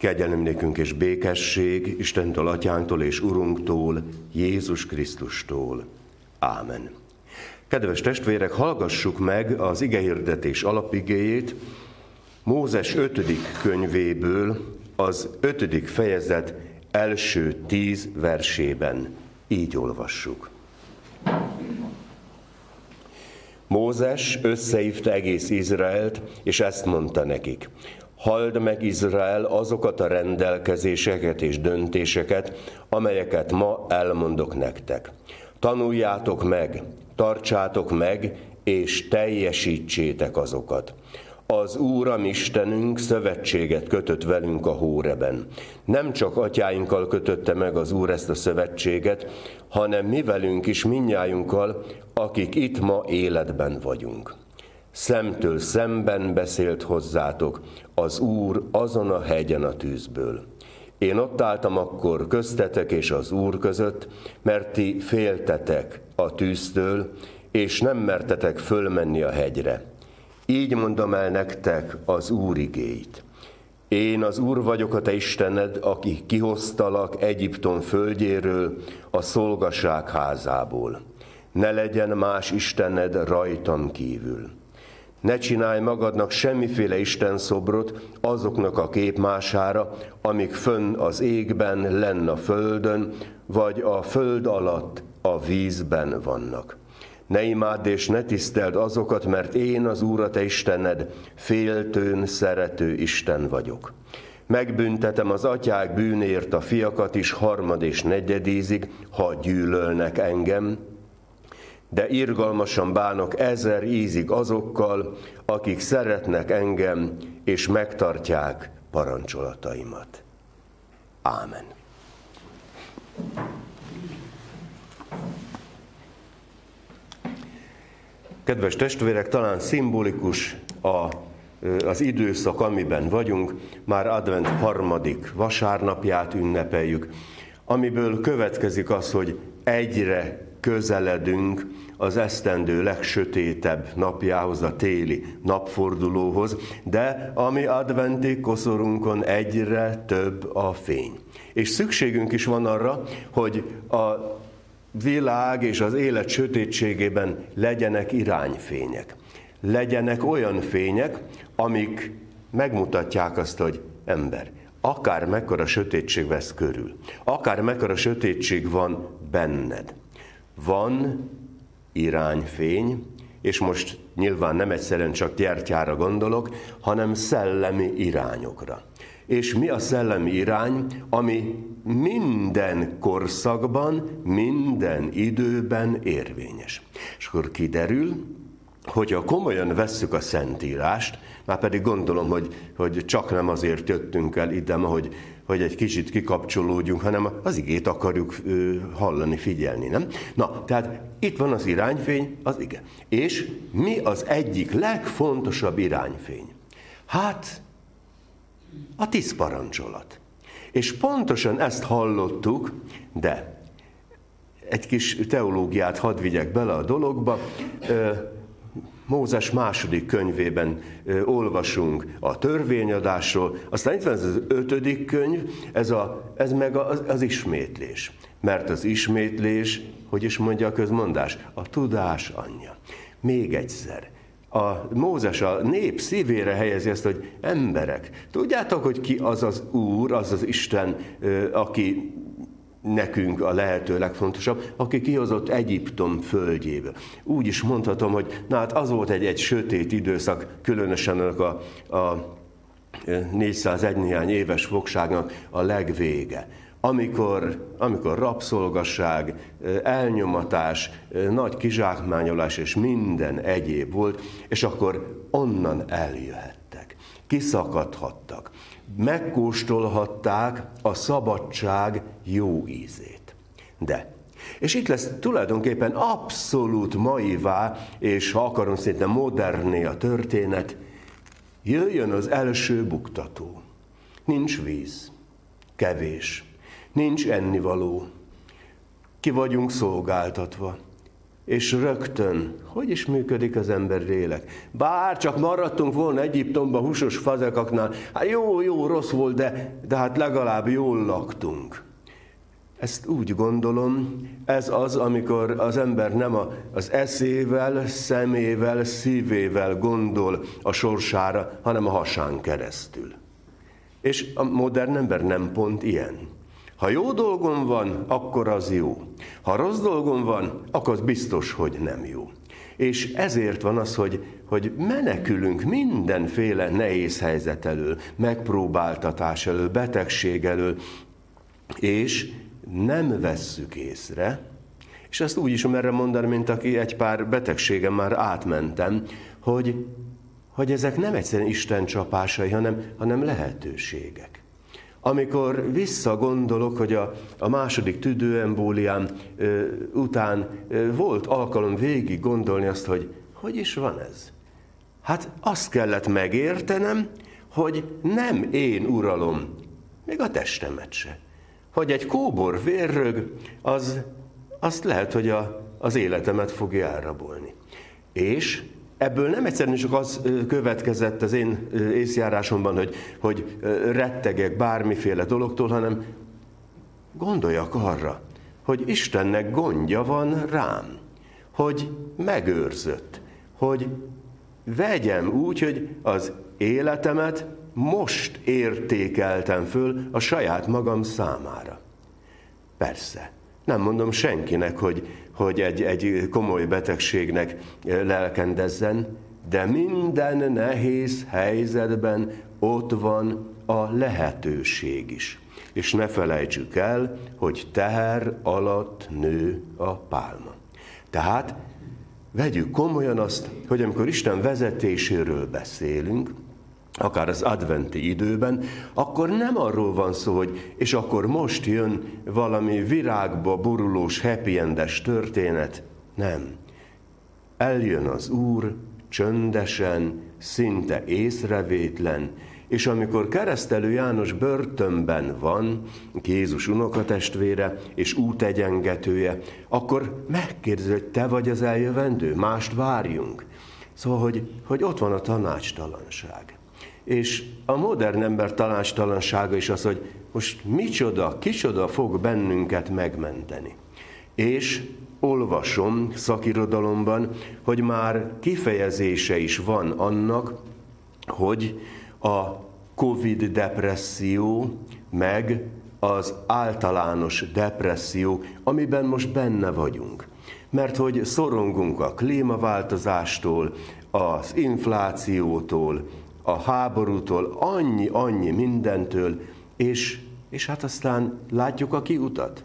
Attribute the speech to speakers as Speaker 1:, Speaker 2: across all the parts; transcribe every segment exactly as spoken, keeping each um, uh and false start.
Speaker 1: Kegyelem nékünk és békesség Istentől, Atyánktól és Urunktól, Jézus Krisztustól. Ámen. Kedves testvérek, hallgassuk meg az igehirdetés alapigéjét Mózes ötödik könyvéből, az ötödik fejezet első tíz versében. Így olvassuk. Mózes összehívta egész Izraelt, és ezt mondta nekik: halld meg, Izrael, azokat a rendelkezéseket és döntéseket, amelyeket ma elmondok nektek. Tanuljátok meg, tartsátok meg, és teljesítsétek azokat. Az Úr, a mi Istenünk szövetséget kötött velünk a Hóreben. Nem csak atyáinkkal kötötte meg az Úr ezt a szövetséget, hanem mi velünk is, mindnyájunkkal, akik itt ma életben vagyunk. Szemtől szemben beszélt hozzátok az Úr azon a hegyen a tűzből. Én ott álltam akkor köztetek és az Úr között, mert ti féltetek a tűztől, és nem mertetek fölmenni a hegyre. Így mondom el nektek az Úr igéit. Én az Úr vagyok, a te Istened, aki kihoztalak Egyiptom földjéről, a szolgaság házából. Ne legyen más istened rajtam kívül. Ne csinálj magadnak semmiféle istenszobrot azoknak a képmására, amik fönn az égben, lenn a földön, vagy a föld alatt a vízben vannak. Ne imádd és ne tiszteld azokat, mert én, az Úr, a te Istened, féltőn szerető Isten vagyok. Megbüntetem az atyák bűnért a fiakat is harmad és negyedízig, ha gyűlölnek engem, de irgalmasan bánok ezer ízig azokkal, akik szeretnek engem, és megtartják parancsolataimat. Ámen. Kedves testvérek, talán szimbolikus a, az időszak, amiben vagyunk, már advent harmadik vasárnapját ünnepeljük, amiből következik az, hogy egyre közeledünk az esztendő legsötétebb napjához, a téli napfordulóhoz, de ami adventi koszorunkon egyre több a fény. És szükségünk is van arra, hogy a világ és az élet sötétségében legyenek irányfények. Legyenek olyan fények, amik megmutatják azt, hogy ember, akár mekkora sötétség vesz körül, akár mekkora sötétség van benned, van irányfény, és most nyilván nem egyszerűen csak gyertyára gondolok, hanem szellemi irányokra. És mi a szellemi irány, ami minden korszakban, minden időben érvényes. És akkor kiderül, hogyha komolyan vesszük a Szentírást, már pedig gondolom, hogy, hogy csak nem azért jöttünk el ide, hogy, hogy egy kicsit kikapcsolódjunk, hanem az igét akarjuk ö, hallani, figyelni, nem? Na, tehát itt van az irányfény, az ige. És mi az egyik legfontosabb irányfény? Hát, a tíz parancsolat. És pontosan ezt hallottuk, de egy kis teológiát hadd vigyek bele a dologba. Mózes második könyvében olvasunk a törvényadásról, aztán itt van ez az ötödik könyv, ez, a, ez meg az, az ismétlés. Mert az ismétlés, hogy is mondja a közmondás, a tudás anyja. Még egyszer. A Mózes a nép szívére helyezi ezt, hogy emberek, tudjátok, hogy ki az az Úr, az az Isten, aki nekünk a lehető legfontosabb, aki kihozott Egyiptom földjéből. Úgy is mondhatom, hogy na hát az volt egy, egy sötét időszak, különösen a, a négyszázegy néhány éves fogságnak a legvége. Amikor, amikor rabszolgasság, elnyomatás, nagy kizsákmányolás és minden egyéb volt, és akkor onnan eljöhettek, kiszakadhattak, megkóstolhatták a szabadság jó ízét. De, és itt lesz tulajdonképpen abszolút maivá, és ha akarom szinte moderné a történet, jöjjön az első buktató. Nincs víz, kevés. Nincs ennivaló. Ki vagyunk szolgáltatva. és rögtön, hogy is működik az emberi lélek? Bár csak maradtunk volna Egyiptomban húsos fazekaknál, hát jó, jó, rossz volt, de, de hát legalább jól laktunk. Ezt úgy gondolom, ez az, amikor az ember nem az eszével, szemével, szívével gondol a sorsára, hanem a hasán keresztül. És a modern ember nem pont ilyen. Ha jó dolgom van, akkor az jó. Ha rossz dolgom van, akkor az biztos, hogy nem jó. És ezért van az, hogy, hogy menekülünk mindenféle nehéz helyzet elől, megpróbáltatás elől, betegség elől, és nem vesszük észre, és ezt úgy is merre mondani, mint aki egy pár betegségen már átmentem, hogy, hogy ezek nem egyszerűen Isten csapásai, hanem, hanem lehetőségek. Amikor visszagondolok, hogy a, a második tüdőembóliám ö, után ö, volt alkalom végig gondolni azt, hogy hogy is van ez? Hát azt kellett megértenem, hogy nem én uralom, még a testemet se. Hogy egy kóbor vérrög, az, azt lehet, hogy a, az életemet fogja elrabolni. És ebből nem egyszerűen csak az következett az én észjárásomban, hogy, hogy rettegek bármiféle dologtól, hanem gondoljak arra, hogy Istennek gondja van rám, hogy megőrzött, hogy vegyem úgy, hogy az életemet most értékeltem föl a saját magam számára. Persze, nem mondom senkinek, hogy, hogy egy, egy komoly betegségnek lelkendezzen, de minden nehéz helyzetben ott van a lehetőség is. És ne felejtsük el, hogy teher alatt nő a pálma. Tehát vegyük komolyan azt, hogy amikor Isten vezetéséről beszélünk, akár az adventi időben, akkor nem arról van szó, hogy és akkor most jön valami virágba borulós, happy endes történet. Nem. Eljön az Úr csöndesen, szinte észrevétlen, és amikor Keresztelő János börtönben van, Jézus unokatestvére és útegyengetője, akkor megkérdezi, hogy te vagy az eljövendő, mást várjunk. Szóval, hogy, hogy ott van a tanácstalanság. És a modern ember tanácstalansága is az, hogy most micsoda, kicsoda fog bennünket megmenteni. És olvasom szakirodalomban, hogy már kifejezése is van annak, hogy a Covid depresszió, meg az általános depresszió, amiben most benne vagyunk. Mert hogy szorongunk a klímaváltozástól, az inflációtól, a háborútól, annyi-annyi mindentől, és, és hát aztán látjuk a kiutat.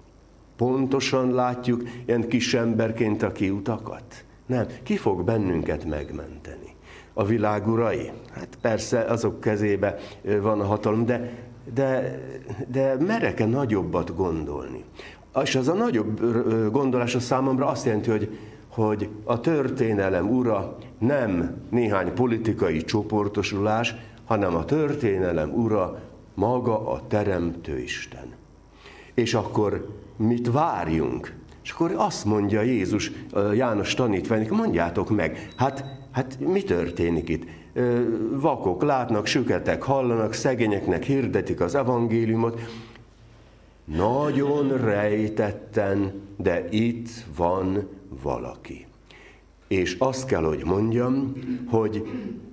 Speaker 1: Pontosan látjuk ilyen kis emberként a kiutakat. Nem, ki fog bennünket megmenteni? A világ urai? Hát persze azok kezébe van a hatalom, de, de, de merek-e nagyobbat gondolni? És az a nagyobb gondolás a számomra azt jelenti, hogy, hogy a történelem ura nem néhány politikai csoportosulás, hanem a történelem ura maga a Teremtő Isten. És akkor mit várjunk? És akkor azt mondja Jézus János tanítványnak, mondjátok meg, hát, hát mi történik itt? Vakok látnak, süketek hallanak, szegényeknek hirdetik az evangéliumot. Nagyon rejtetten, de itt van valaki. És azt kell, hogy mondjam, hogy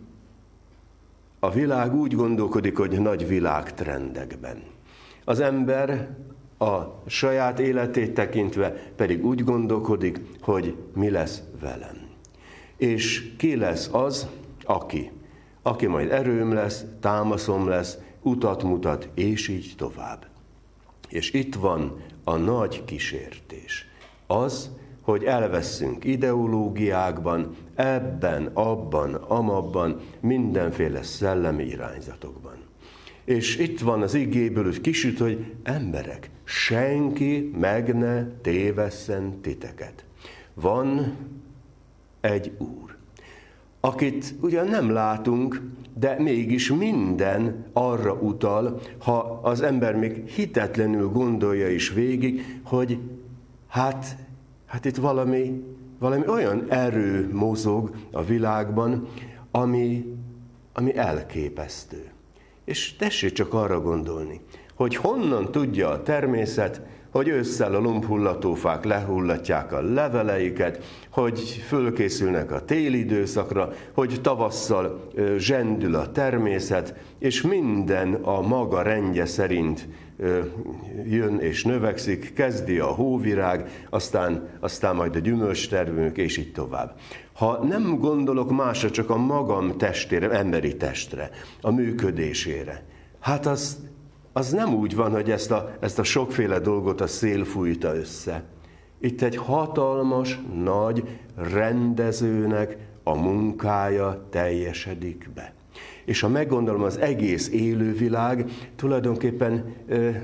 Speaker 1: a világ úgy gondolkodik, hogy nagy világtrendekben. Az ember a saját életét tekintve pedig úgy gondolkodik, hogy mi lesz velem. És ki lesz az, aki, aki majd erőm lesz, támaszom lesz, utat mutat, és így tovább. És itt van a nagy kísértés. Az, hogy elveszünk ideológiákban, ebben, abban, amabban, mindenféle szellemi irányzatokban. És itt van az igéből, hogy kisüt, hogy emberek, senki meg ne tévesszen titeket. Van egy Úr, akit ugyan nem látunk, de mégis minden arra utal, ha az ember még hitetlenül gondolja is végig, hogy hát, hát itt valami, valami olyan erő mozog a világban, ami, ami elképesztő. És tessék csak arra gondolni, hogy honnan tudja a természet, hogy ősszel a lombhullatófák lehullatják a leveleiket, hogy fölkészülnek a téli időszakra, hogy tavasszal zsendül a természet, és minden a maga rendje szerint jön és növekszik, kezdi a hóvirág, aztán, aztán majd a gyümölcstermők, és így tovább. Ha nem gondolok másra, csak a magam testére, emberi testre, a működésére, hát az, az nem úgy van, hogy ezt a, ezt a sokféle dolgot a szél fújta össze. Itt egy hatalmas, nagy rendezőnek a munkája teljesedik be. És ha meggondolom, az egész élővilág tulajdonképpen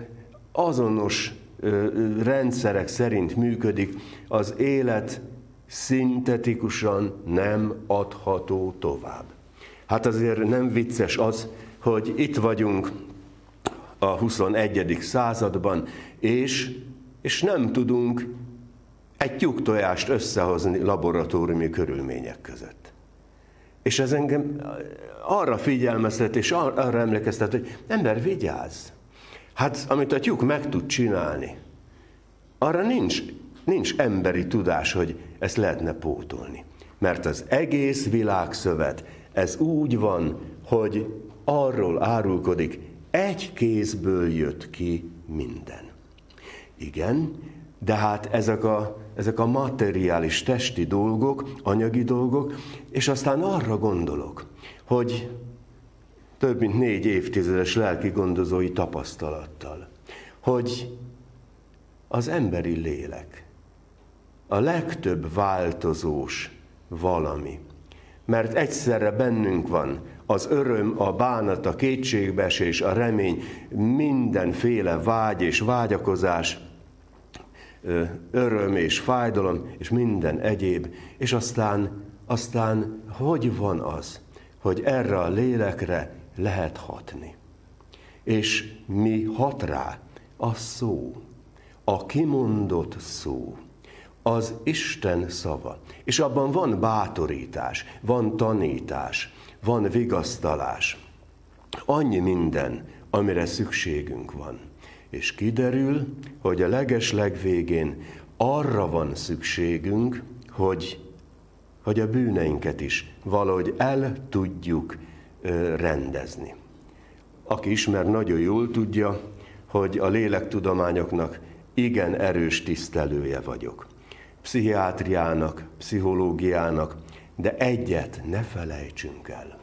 Speaker 1: azonos rendszerek szerint működik, az élet szintetikusan nem adható tovább. Hát azért nem vicces az, hogy itt vagyunk a huszonegyedik században, és, és nem tudunk egy tyúktojást összehozni laboratóriumi körülmények között. És ez engem arra figyelmeztet, és arra emlékeztet, hogy ember, vigyázz! Hát amit a tyúk meg tud csinálni, arra nincs, nincs emberi tudás, hogy ezt lehetne pótolni. Mert az egész világszövet, ez úgy van, hogy arról árulkodik, egy kézből jött ki minden. Igen, de hát ezek a, ezek a materiális testi dolgok, anyagi dolgok, és aztán arra gondolok, hogy több mint négy évtizedes lelki gondozói tapasztalattal, hogy az emberi lélek a legtöbb változós valami, mert egyszerre bennünk van az öröm, a bánat, a kétségbeesés, a remény, mindenféle vágy és vágyakozás, öröm és fájdalom, és minden egyéb. És aztán, aztán hogy van az, hogy erre a lélekre lehet hatni? És mi hat rá? A szó, a kimondott szó, az Isten szava. És abban van bátorítás, van tanítás, van vigasztalás. Annyi minden, amire szükségünk van. És kiderül, hogy a legeslegvégén arra van szükségünk, hogy, hogy a bűneinket is valahogy el tudjuk ö, rendezni. Aki ismer, nagyon jól tudja, hogy a lélektudományoknak igen erős tisztelője vagyok. Pszichiátriának, pszichológiának, de egyet ne felejtsünk el.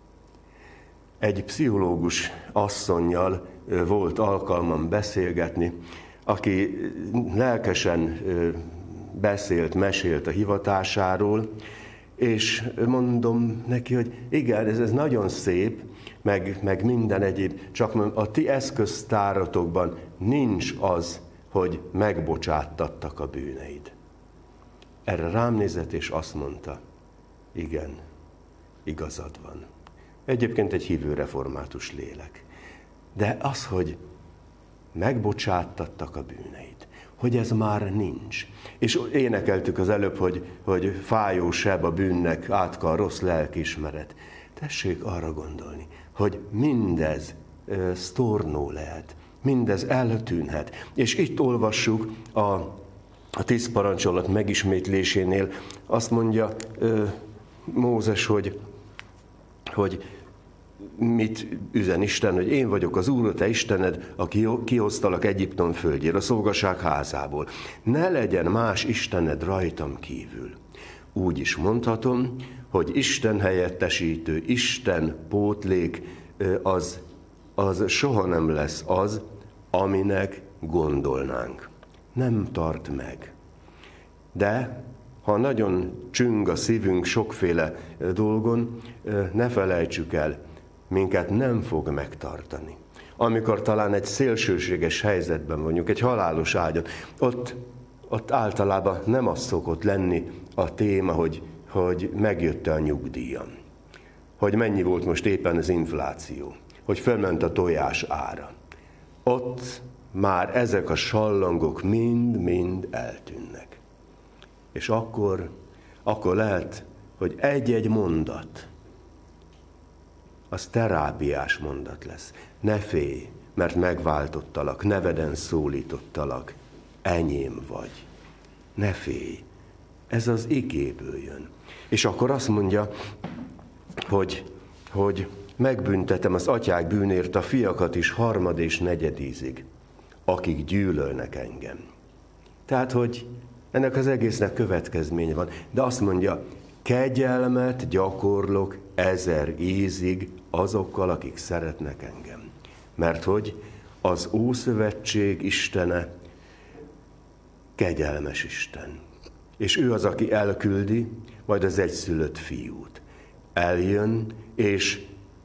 Speaker 1: Egy pszichológus asszonnyal volt alkalmam beszélgetni, aki lelkesen beszélt, mesélt a hivatásáról, és mondom neki, hogy igen, ez, ez nagyon szép, meg, meg minden egyéb, csak a ti eszköztáratokban nincs az, hogy megbocsáttattak a bűneid. Erre rám nézett, és azt mondta, igen, igazad van. Egyébként egy hívő református lélek. De az, hogy megbocsáttattak a bűneid, hogy ez már nincs. És énekeltük az előbb, hogy, hogy fájó seb a bűnnek, átka a rossz lelkiismeret. Tessék arra gondolni, hogy mindez uh, sztornó lehet, mindez eltűnhet. És itt olvassuk a, a tíz parancsolat megismétlésénél, azt mondja uh, Mózes, hogy, hogy mit üzen Isten, hogy én vagyok az Úr, te Istened, aki kihoztalak Egyiptom földjére, a szolgaság házából. Ne legyen más Istened rajtam kívül. Úgy is mondhatom, hogy Isten helyettesítő, Isten pótlék, az, az soha nem lesz az, aminek gondolnánk. Nem tart meg. De ha nagyon csüng a szívünk sokféle dolgon, ne felejtsük el, minket nem fog megtartani. Amikor talán egy szélsőséges helyzetben vagyunk, egy halálos ágyon, ott, ott általában nem az szokott lenni a téma, hogy, hogy megjött-e a nyugdíjam, hogy mennyi volt most éppen az infláció, hogy fölment a tojás ára. Ott már ezek a sallangok mind-mind eltűnnek. És akkor, akkor lehet, hogy egy-egy mondat, az terápiás mondat lesz. Ne félj, mert megváltottalak, neveden szólítottalak, enyém vagy. Ne félj. Ez az igéből jön. És akkor azt mondja, hogy, hogy megbüntetem az atyák bűnért a fiakat is harmad és negyedízig, akik gyűlölnek engem. Tehát, hogy ennek az egésznek következménye van. De azt mondja, kegyelmet gyakorlok ezer ízig azokkal, akik szeretnek engem. Mert hogy az Ószövetség Istene kegyelmes Isten. És ő az, aki elküldi majd az egyszülött fiút. Eljön, és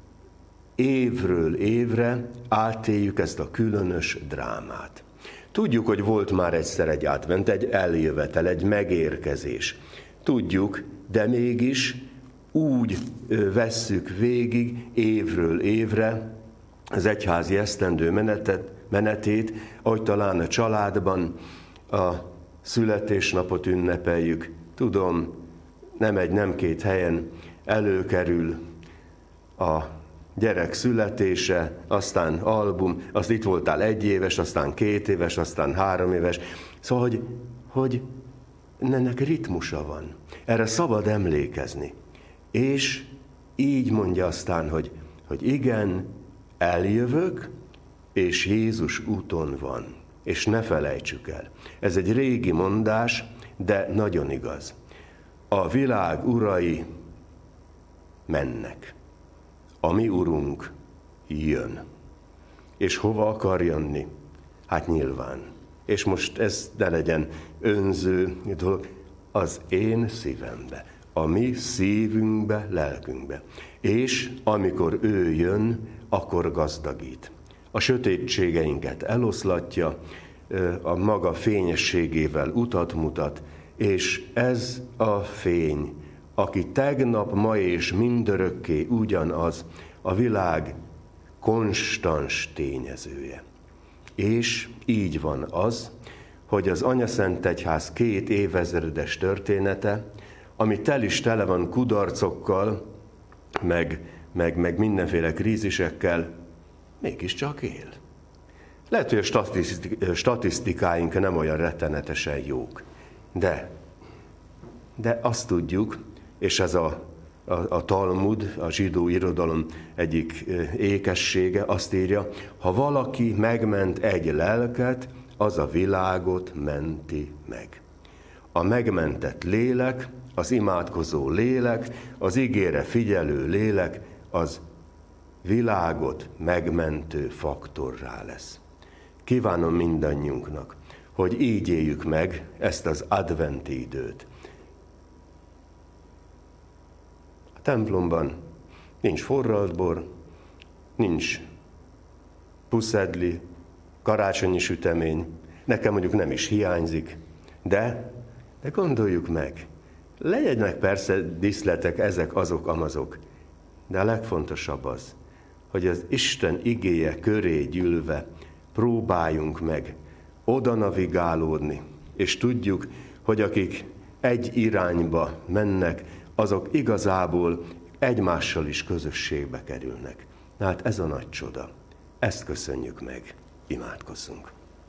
Speaker 1: évről évre átéljük ezt a különös drámát. Tudjuk, hogy volt már egyszer egy advent, egy eljövetel, egy megérkezés. Tudjuk, de mégis úgy vesszük végig évről évre az egyházi esztendő menetet, menetét, ahogy talán a családban a születésnapot ünnepeljük. Tudom, nem egy, nem két helyen előkerül a gyerek születése, aztán album, azt itt voltál egy éves, aztán két éves, aztán három éves. Szóval, hogy, hogy ennek ritmusa van. Erre szabad emlékezni. És így mondja aztán, hogy, hogy igen, eljövök, és Jézus úton van. És ne felejtsük el. Ez egy régi mondás, de nagyon igaz. A világ urai mennek. A mi urunk jön. És hova akar jönni? Hát nyilván. És most ez ne legyen önző dolog. Az én szívembe. A mi szívünkbe, lelkünkbe. És amikor ő jön, akkor gazdagít. A sötétségeinket eloszlatja, a maga fényességével utat mutat, és ez a fény, aki tegnap, ma és mindörökké ugyanaz, a világ konstans tényezője. És így van az, hogy az Anyaszentegyház két évezredes története, ami tel is tele van kudarcokkal, meg, meg, meg mindenféle krízisekkel, mégiscsak él. Lehet, hogy a statisztikáink nem olyan rettenetesen jók, de, de azt tudjuk, és ez a, a, a Talmud, a zsidó irodalom egyik ékessége, azt írja, ha valaki megment egy lelket, az a világot menti meg. A megmentett lélek, az imádkozó lélek, az igére figyelő lélek, az világot megmentő faktorrá lesz. Kívánom mindannyiunknak, hogy így éljük meg ezt az adventi időt. A templomban nincs forralt bor, nincs puszedli, karácsonyi sütemény, nekem mondjuk nem is hiányzik, de, de gondoljuk meg, legyenek persze díszletek, ezek, azok, amazok, de a legfontosabb az, hogy az Isten igéje köré gyűlve próbáljunk meg oda navigálódni, és tudjuk, hogy akik egy irányba mennek, azok igazából egymással is közösségbe kerülnek. Na hát ez a nagy csoda. Ezt köszönjük meg. Imádkozzunk.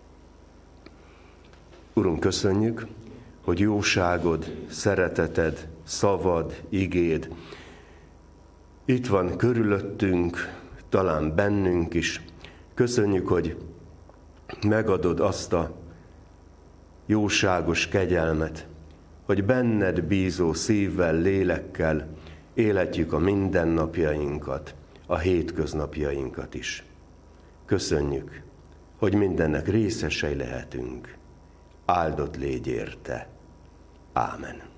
Speaker 1: Urunk, köszönjük, hogy jóságod, szereteted, szavad, igéd itt van körülöttünk, talán bennünk is. Köszönjük, hogy megadod azt a jóságos kegyelmet, hogy benned bízó szívvel, lélekkel életjük a mindennapjainkat, a hétköznapjainkat is. Köszönjük, hogy mindennek részesei lehetünk. Áldott légy érte. Ámen.